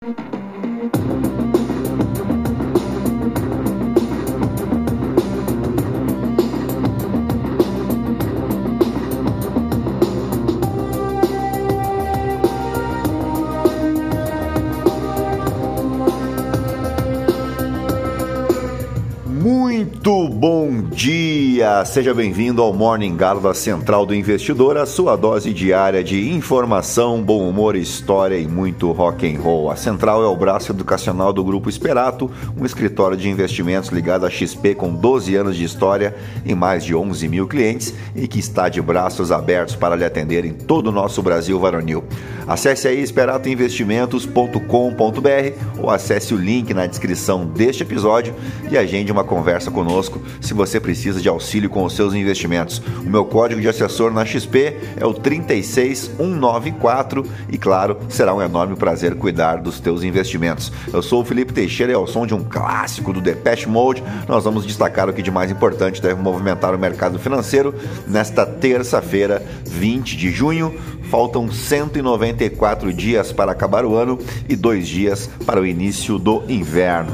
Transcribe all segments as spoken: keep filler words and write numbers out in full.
Muito bom dia! Seja bem-vindo ao Morning Galo da Central do Investidor, a sua dose diária de informação, bom humor, história e muito rock and roll. A Central é o braço educacional do Grupo Esperato, um escritório de investimentos ligado à X P com doze anos de história e mais de onze mil clientes e que está de braços abertos para lhe atender em todo o nosso Brasil varonil. Acesse aí esperato investimentos ponto com ponto b r ou acesse o link na descrição deste episódio e agende uma conversa conosco se você precisa de auxílio com os seus investimentos. O meu código de assessor na X P é o trinta e seis mil cento e noventa e quatro e, claro, será um enorme prazer cuidar dos teus investimentos. Eu sou o Felipe Teixeira e ao som de um clássico do Depeche Mode, nós vamos destacar o que de mais importante deve movimentar o mercado financeiro nesta terça-feira, vinte de junho. Faltam cento e noventa e quatro dias para acabar o ano e dois dias para o início do inverno.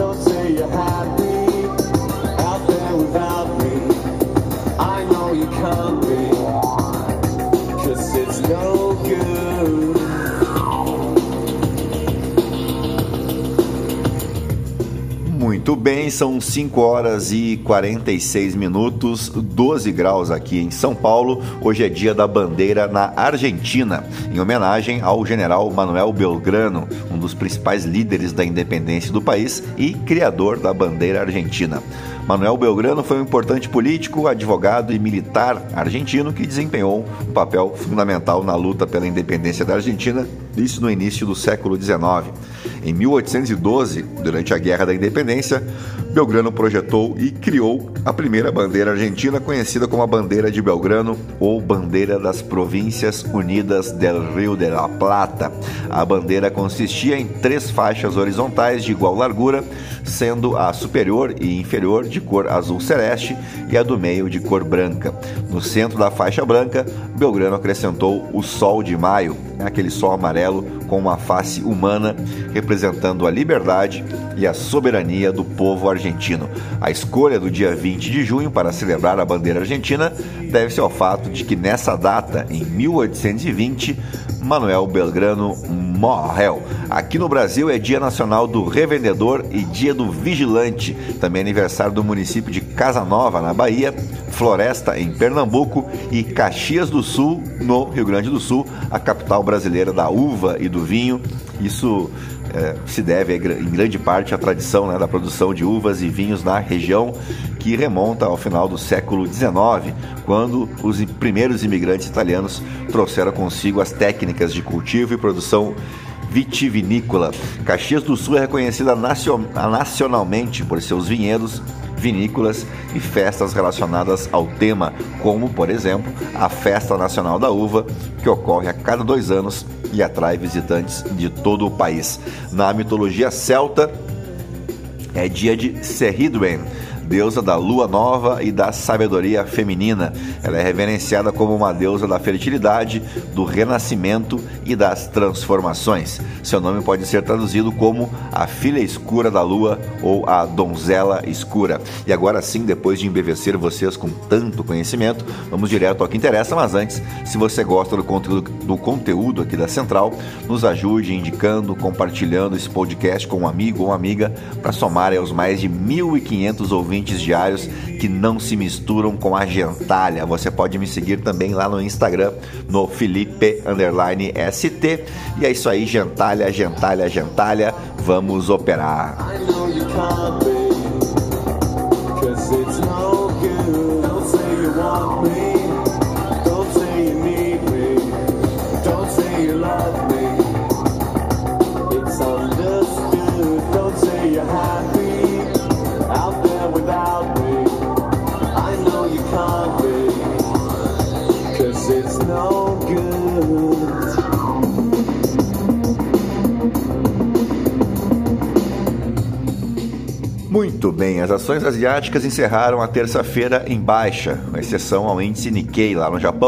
Muito bem, são cinco horas e quarenta e seis minutos, doze graus aqui em São Paulo. Hoje é dia da bandeira na Argentina, em homenagem ao general Manuel Belgrano, um dos principais líderes da independência do país e criador da bandeira argentina. Manuel Belgrano foi um importante político, advogado e militar argentino que desempenhou um papel fundamental na luta pela independência da Argentina, isso no início do século dezenove. Em mil oitocentos e doze, durante a Guerra da Independência, Belgrano projetou e criou a primeira bandeira argentina, conhecida como a Bandeira de Belgrano ou Bandeira das Províncias Unidas del Rio de la Plata. A bandeira consistia em três faixas horizontais de igual largura, sendo a superior e inferior de cor azul celeste e a do meio de cor branca. No centro da faixa branca, Belgrano acrescentou o Sol de Maio, aquele sol amarelo com uma face humana representando a liberdade e a soberania do povo argentino. A escolha do dia vinte de junho para celebrar a bandeira argentina deve-se ao fato de que nessa data, em mil oitocentos e vinte, Manuel Belgrano morreu. Aqui no Brasil é Dia Nacional do Revendedor e Dia do Vigilante, também aniversário do município de Casanova, na Bahia, Floresta, em Pernambuco e Caxias do Sul, no Rio Grande do Sul, a capital brasileira da uva e do vinho. Isso é, se deve em grande parte à tradição, né, da produção de uvas e vinhos na região, que remonta ao final do século dezenove, quando os primeiros imigrantes italianos trouxeram consigo as técnicas de cultivo e produção vitivinícola. Caxias do Sul é reconhecida nacionalmente por seus vinhedos, vinícolas e festas relacionadas ao tema, como, por exemplo, a Festa Nacional da Uva, que ocorre a cada dois anos e atrai visitantes de todo o país. Na mitologia celta, é dia de Cerridwen, deusa da lua nova e da sabedoria feminina. Ela é reverenciada como uma deusa da fertilidade, do renascimento e das transformações. Seu nome pode ser traduzido como a filha escura da lua ou a donzela escura. E agora sim, depois de embevecer vocês com tanto conhecimento, vamos direto ao que interessa, mas antes, se você gosta do conteúdo, do conteúdo aqui da Central, nos ajude indicando, compartilhando esse podcast com um amigo ou amiga para somar aos mais de mil e quinhentos ouvintes diários que não se misturam com a gentalha. Você pode me seguir também lá no Instagram, no Felipe underline S T. E é isso aí, gentalha, gentalha, gentalha. Vamos operar. Muito bem, as ações asiáticas encerraram a terça-feira em baixa, com exceção ao índice Nikkei lá no Japão,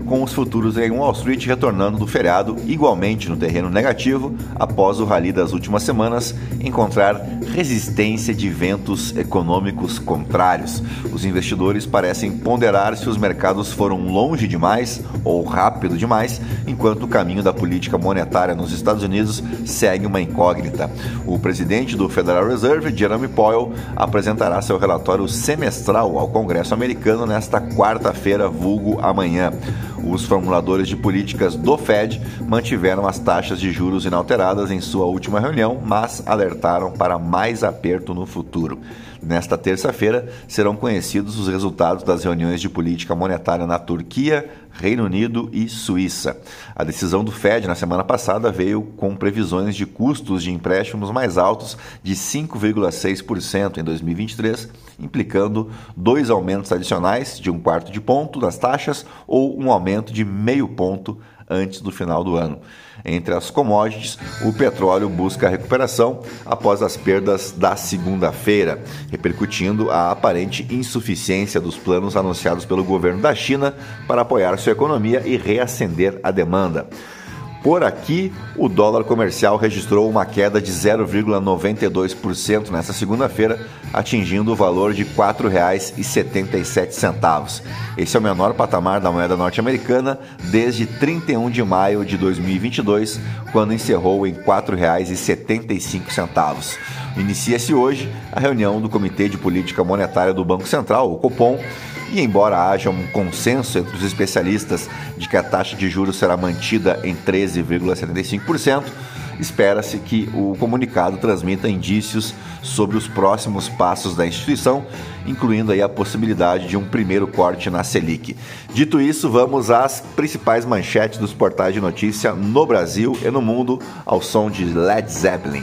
com os futuros em Wall Street retornando do feriado igualmente no terreno negativo, após o rally das últimas semanas encontrar resistência de ventos econômicos contrários. Os investidores parecem ponderar se os mercados foram longe demais ou rápido demais, enquanto o caminho da política monetária nos Estados Unidos segue uma incógnita. O presidente do Federal Reserve, Jerome Powell, apresentará seu relatório semestral ao Congresso americano nesta quarta-feira, vulgo amanhã. Os formuladores de políticas do Fed mantiveram as taxas de juros inalteradas em sua última reunião, mas alertaram para mais aperto no futuro. Nesta terça-feira, serão conhecidos os resultados das reuniões de política monetária na Turquia, Reino Unido e Suíça. A decisão do Fed na semana passada veio com previsões de custos de empréstimos mais altos de cinco vírgula seis por cento em dois mil e vinte e três, implicando dois aumentos adicionais de um quarto de ponto das taxas ou um aumento de meio ponto antes do final do ano. Entre as commodities, o petróleo busca a recuperação após as perdas da segunda-feira, repercutindo a aparente insuficiência dos planos anunciados pelo governo da China para apoiar sua economia e reacender a demanda. Por aqui, o dólar comercial registrou uma queda de zero vírgula noventa e dois por cento nesta segunda-feira, atingindo o valor de quatro reais e setenta e sete centavos. Esse é o menor patamar da moeda norte-americana desde trinta e um de maio de dois mil e vinte e dois, quando encerrou em quatro reais e setenta e cinco centavos. Inicia-se hoje a reunião do Comitê de Política Monetária do Banco Central, o Copom, e embora haja um consenso entre os especialistas de que a taxa de juros será mantida em treze vírgula setenta e cinco por cento, espera-se que o comunicado transmita indícios sobre os próximos passos da instituição, incluindo aí a possibilidade de um primeiro corte na Selic. Dito isso, vamos às principais manchetes dos portais de notícia no Brasil e no mundo, ao som de Led Zeppelin.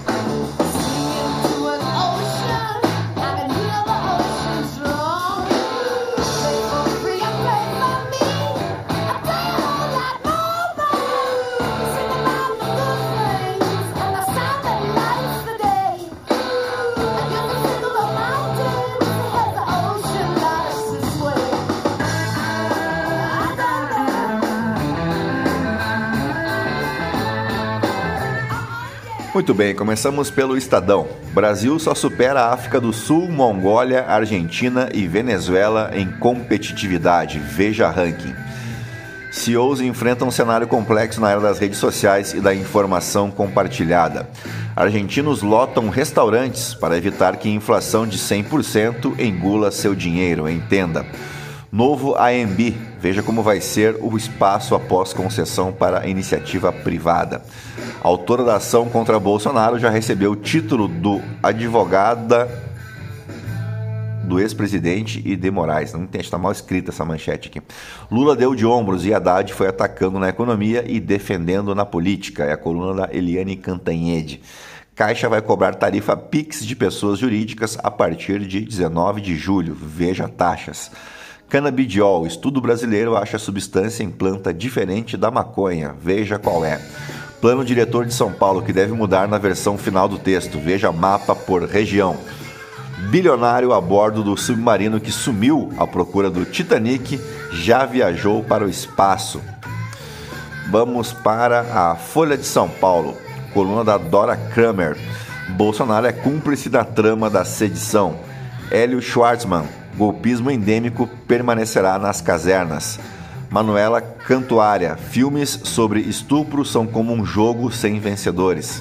Muito bem, começamos pelo Estadão. Brasil só supera a África do Sul, Mongólia, Argentina e Venezuela em competitividade. Veja ranking. C E Os enfrentam um cenário complexo na era das redes sociais e da informação compartilhada. Argentinos lotam restaurantes para evitar que inflação de cem por cento engula seu dinheiro, entenda. Novo A M B, veja como vai ser o espaço após concessão para a iniciativa privada. A autora da ação contra Bolsonaro já recebeu o título do advogada do ex-presidente e de Moraes. Não entende, está mal escrita essa manchete aqui. Lula deu de ombros e Haddad foi atacando na economia e defendendo na política. É a coluna da Eliane Cantanhede. Caixa vai cobrar tarifa Pix de pessoas jurídicas a partir de dezenove de julho. Veja taxas. Canabidiol, estudo brasileiro acha substância em planta diferente da maconha. Veja qual é. Plano diretor de São Paulo, que deve mudar na versão final do texto. Veja mapa por região. Bilionário a bordo do submarino que sumiu à procura do Titanic já viajou para o espaço. Vamos para a Folha de São Paulo. Coluna da Dora Kramer. Bolsonaro é cúmplice da trama da sedição. Hélio Schwartzman. Golpismo endêmico permanecerá nas casernas. Manuela Cantuária. Filmes sobre estupro são como um jogo sem vencedores.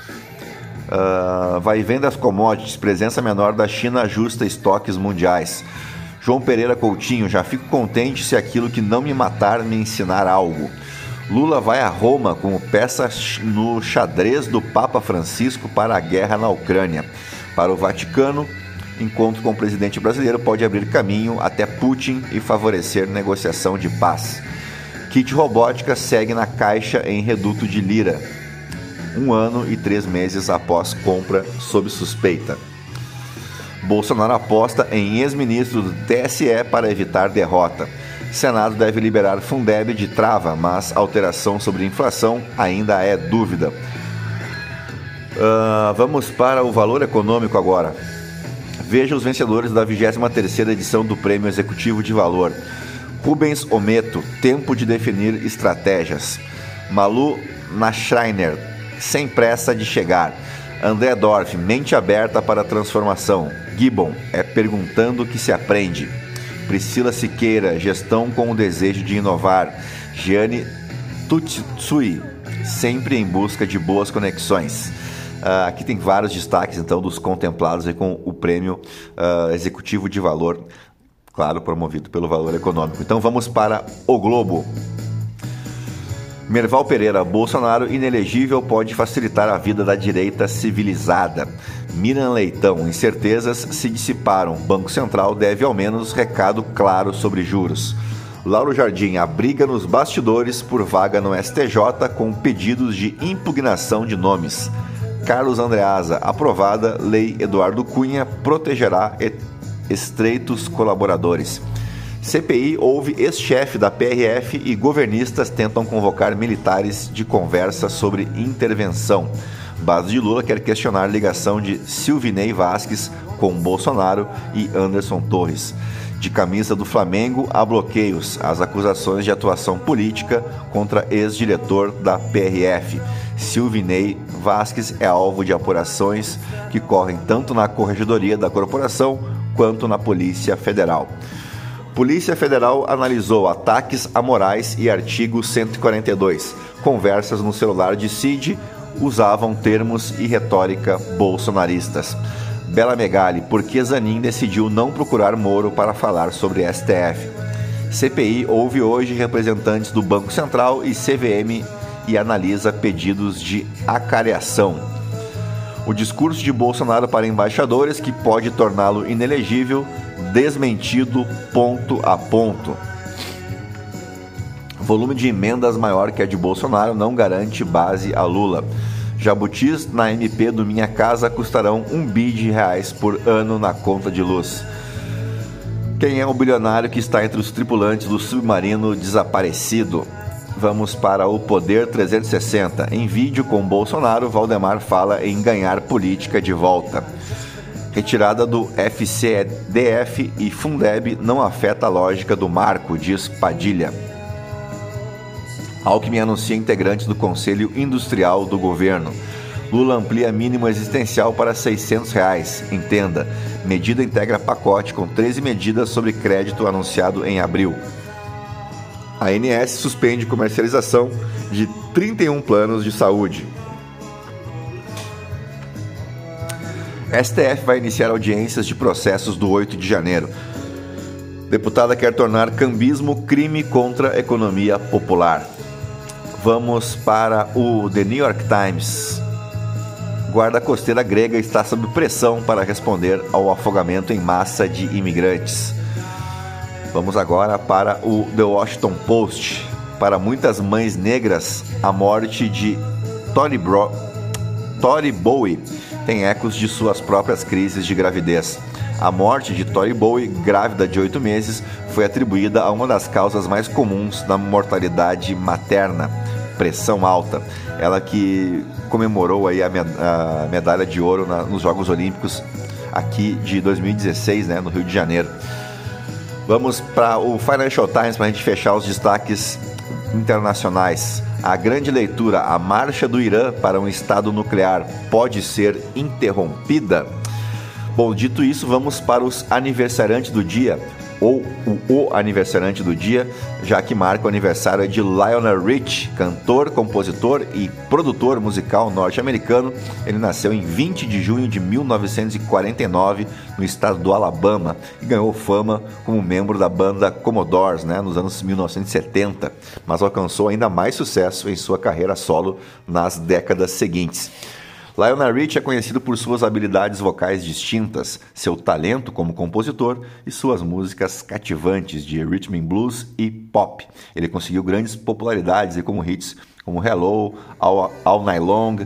Uh, vai vendo as commodities. Presença menor da China ajusta estoques mundiais. João Pereira Coutinho. Já fico contente se aquilo que não me matar me ensinar algo. Lula vai a Roma como peça no xadrez do Papa Francisco para a guerra na Ucrânia. Para o Vaticano, encontro com o presidente brasileiro pode abrir caminho até Putin e favorecer negociação de paz. Kit robótica segue na caixa em reduto de Lira. Um ano e três meses após compra sob suspeita. Bolsonaro aposta em ex-ministro do T S E para evitar derrota. Senado deve liberar Fundeb de trava, mas alteração sobre inflação ainda é dúvida. Uh, vamos para o valor econômico agora. Veja os vencedores da vigésima terceira edição do Prêmio Executivo de Valor. Rubens Ometo, Tempo de Definir Estratégias. Malu Nachreiner, Sem Pressa de Chegar. André Dorf, Mente Aberta para a Transformação. Gibbon, É Perguntando que se Aprende. Priscila Siqueira, Gestão com o Desejo de Inovar. Gianni Tutsui, Sempre em Busca de Boas Conexões. Uh, aqui tem vários destaques, então, dos contemplados aí com o prêmio uh, executivo de valor, claro, promovido pelo Valor Econômico. Então vamos para o Globo. Merval Pereira, Bolsonaro inelegível pode facilitar a vida da direita civilizada. Miriam Leitão, incertezas se dissiparam. Banco Central deve ao menos recado claro sobre juros. Lauro Jardim, a briga nos bastidores por vaga no S T J com pedidos de impugnação de nomes. Carlos Andreasa, aprovada, Lei Eduardo Cunha protegerá estreitos colaboradores. C P I ouve ex-chefe da P R F e governistas tentam convocar militares de conversa sobre intervenção. Base de Lula quer questionar ligação de Silvinei Vasquez com Bolsonaro e Anderson Torres. De camisa do Flamengo a bloqueios, as acusações de atuação política contra ex-diretor da P R F. Silvinei Vasquez é alvo de apurações que correm tanto na Corregedoria da Corporação quanto na Polícia Federal. Polícia Federal analisou ataques a Moraes e artigo cento e quarenta e dois. Conversas no celular de Cid usavam termos e retórica bolsonaristas. Bela Megali, por que Zanin decidiu não procurar Moro para falar sobre S T F? C P I ouve hoje representantes do Banco Central e C V M e analisa pedidos de acareação. O discurso de Bolsonaro para embaixadores, que pode torná-lo inelegível, desmentido ponto a ponto. Volume de emendas maior que a de Bolsonaro não garante base a Lula. Jabutis na M P do Minha Casa custarão um bi de reais por ano na conta de luz. Quem é o bilionário que está entre os tripulantes do submarino desaparecido? Vamos para o Poder trezentos e sessenta. Em vídeo com Bolsonaro, Valdemar fala em ganhar política de volta. Retirada do F C D F e Fundeb não afeta a lógica do marco, diz Padilha. Alckmin anuncia integrantes do Conselho Industrial do governo. Lula amplia mínimo existencial para seiscentos reais. Entenda, medida integra pacote com treze medidas sobre crédito anunciado em abril. A A N S suspende comercialização de trinta e um planos de saúde. S T F vai iniciar audiências de processos do oito de janeiro. Deputada quer tornar cambismo crime contra a economia popular. Vamos para o The New York Times. Guarda costeira grega está sob pressão para responder ao afogamento em massa de imigrantes. Vamos agora para o The Washington Post. Para muitas mães negras, a morte de Tori, Bro... Tori Bowie tem ecos de suas próprias crises de gravidez. A morte de Tori Bowie, grávida de oito meses, foi atribuída a uma das causas mais comuns da mortalidade materna, pressão alta. Ela que comemorou aí a, med- a medalha de ouro na, nos Jogos Olímpicos aqui de dois mil e dezesseis, né, no Rio de Janeiro. Vamos para o Financial Times para a gente fechar os destaques internacionais. A grande leitura, a marcha do Irã para um estado nuclear pode ser interrompida? Bom, dito isso, vamos para os aniversariantes do dia, ou o, o aniversariante do dia, já que marca o aniversário de Lionel Richie, cantor, compositor e produtor musical norte-americano. Ele nasceu em vinte de junho de mil novecentos e quarenta e nove, no estado do Alabama, e ganhou fama como membro da banda Commodores, né, nos anos mil novecentos e setenta, mas alcançou ainda mais sucesso em sua carreira solo nas décadas seguintes. Lionel Richie é conhecido por suas habilidades vocais distintas, seu talento como compositor e suas músicas cativantes de rhythm and blues e pop. Ele conseguiu grandes popularidades e como hits como Hello, All, All Night Long,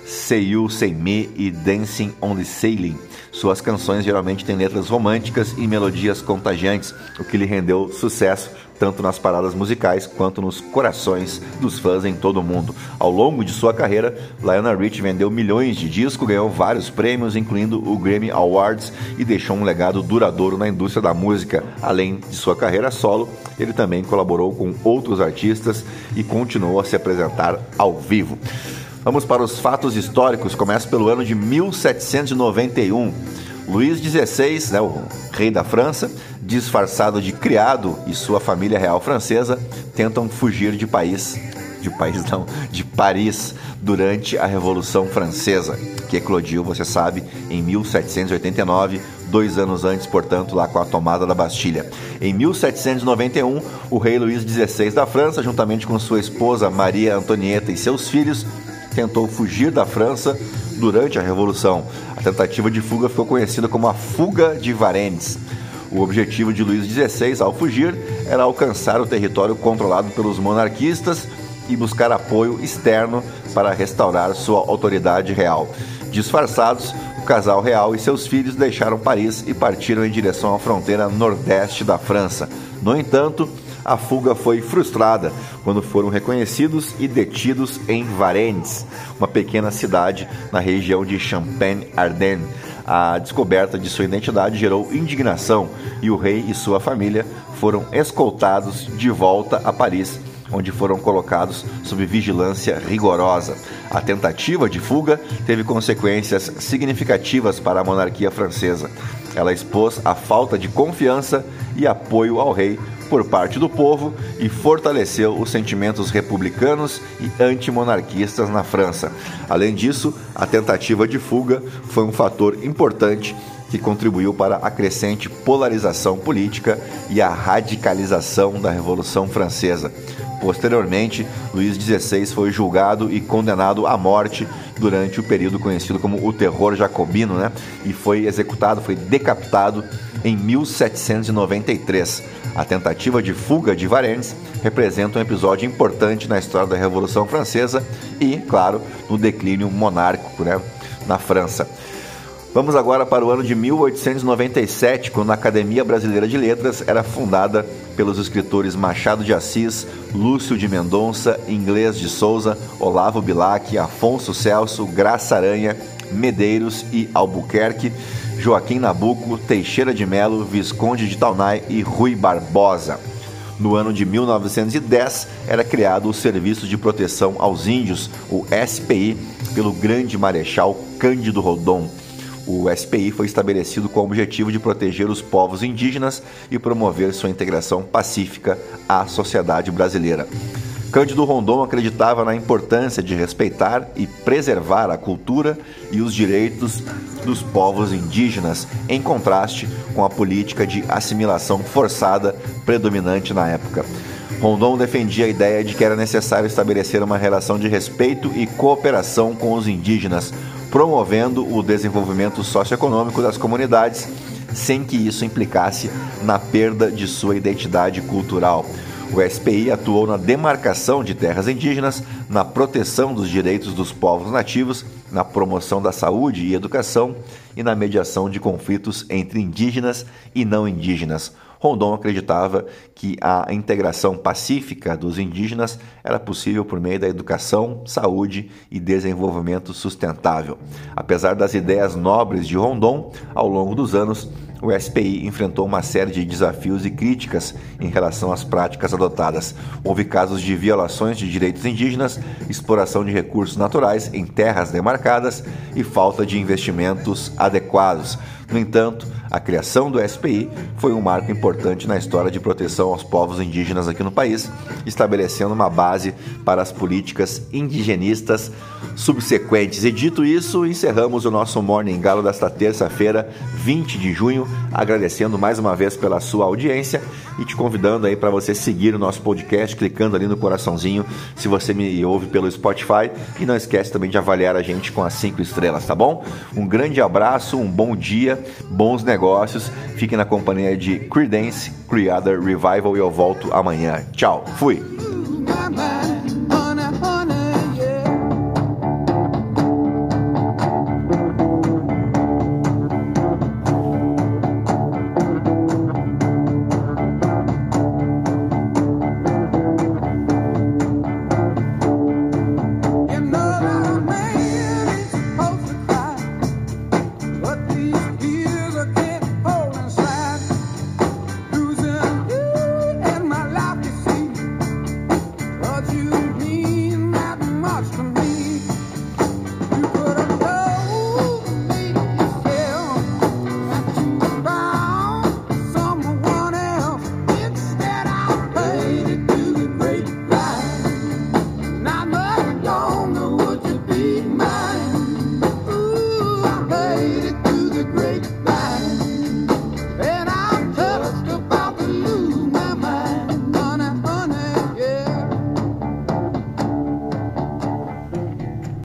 Say You, Say Me e Dancing on the Ceiling. Suas canções geralmente têm letras românticas e melodias contagiantes, o que lhe rendeu sucesso tanto nas paradas musicais quanto nos corações dos fãs em todo o mundo. Ao longo de sua carreira, Lionel Richie vendeu milhões de discos, ganhou vários prêmios, incluindo o Grammy Awards, e deixou um legado duradouro na indústria da música. Além de sua carreira solo, ele também colaborou com outros artistas e continuou a se apresentar ao vivo. Vamos para os fatos históricos. Começa pelo ano de mil setecentos e noventa e um. Luís dezesseis, né, o rei da França, disfarçado de criado, e sua família real francesa tentam fugir de país, de país não, de Paris durante a Revolução Francesa, que eclodiu, você sabe, em mil setecentos e oitenta e nove, dois anos antes, portanto, lá com a tomada da Bastilha. Em mil setecentos e noventa e um, o rei Luís dezesseis da França, juntamente com sua esposa Maria Antonieta e seus filhos, tentou fugir da França durante a Revolução. A tentativa de fuga ficou conhecida como a Fuga de Varennes. O objetivo de Luís dezesseis, ao fugir, era alcançar o território controlado pelos monarquistas e buscar apoio externo para restaurar sua autoridade real. Disfarçados, o casal real e seus filhos deixaram Paris e partiram em direção à fronteira nordeste da França. No entanto, a fuga foi frustrada quando foram reconhecidos e detidos em Varennes, uma pequena cidade na região de Champagne-Ardenne. A descoberta de sua identidade gerou indignação e o rei e sua família foram escoltados de volta a Paris, onde foram colocados sob vigilância rigorosa. A tentativa de fuga teve consequências significativas para a monarquia francesa. Ela expôs a falta de confiança e apoio ao rei por parte do povo e fortaleceu os sentimentos republicanos e antimonarquistas na França. Além disso, a tentativa de fuga foi um fator importante que contribuiu para a crescente polarização política e a radicalização da Revolução Francesa. Posteriormente, Luís dezesseis foi julgado e condenado à morte durante o período conhecido como o Terror Jacobino, né? E foi executado, foi decapitado em mil setecentos e noventa e três. A tentativa de fuga de Varennes representa um episódio importante na história da Revolução Francesa e, claro, no declínio monárquico, né, na França. Vamos agora para o ano de mil oitocentos e noventa e sete, quando a Academia Brasileira de Letras era fundada pelos escritores Machado de Assis, Lúcio de Mendonça, Inglês de Souza, Olavo Bilac, Afonso Celso, Graça Aranha, Medeiros e Albuquerque, Joaquim Nabuco, Teixeira de Melo, Visconde de Taunay e Rui Barbosa. No ano de mil novecentos e dez, era criado o Serviço de Proteção aos Índios, o S P I, pelo grande marechal Cândido Rondon. O S P I foi estabelecido com o objetivo de proteger os povos indígenas e promover sua integração pacífica à sociedade brasileira. Cândido Rondon acreditava na importância de respeitar e preservar a cultura e os direitos dos povos indígenas, em contraste com a política de assimilação forçada predominante na época. Rondon defendia a ideia de que era necessário estabelecer uma relação de respeito e cooperação com os indígenas, promovendo o desenvolvimento socioeconômico das comunidades, sem que isso implicasse na perda de sua identidade cultural. O S P I atuou na demarcação de terras indígenas, na proteção dos direitos dos povos nativos, na promoção da saúde e educação e na mediação de conflitos entre indígenas e não indígenas. Rondon acreditava que a integração pacífica dos indígenas era possível por meio da educação, saúde e desenvolvimento sustentável. Apesar das ideias nobres de Rondon, ao longo dos anos, o S P I enfrentou uma série de desafios e críticas em relação às práticas adotadas. Houve casos de violações de direitos indígenas, exploração de recursos naturais em terras demarcadas e falta de investimentos adequados. No entanto, a criação do S P I foi um marco importante na história de proteção aos povos indígenas aqui no país, estabelecendo uma base para as políticas indigenistas subsequentes. E dito isso, encerramos o nosso Morning Galo desta terça-feira, vinte de junho, agradecendo mais uma vez pela sua audiência e te convidando aí para você seguir o nosso podcast, clicando ali no coraçãozinho se você me ouve pelo Spotify, e não esquece também de avaliar a gente com as cinco estrelas, tá bom? Um grande abraço, um bom dia, bons negócios, fiquem na companhia de Creedence Clearwater Revival e eu volto amanhã. Tchau, fui!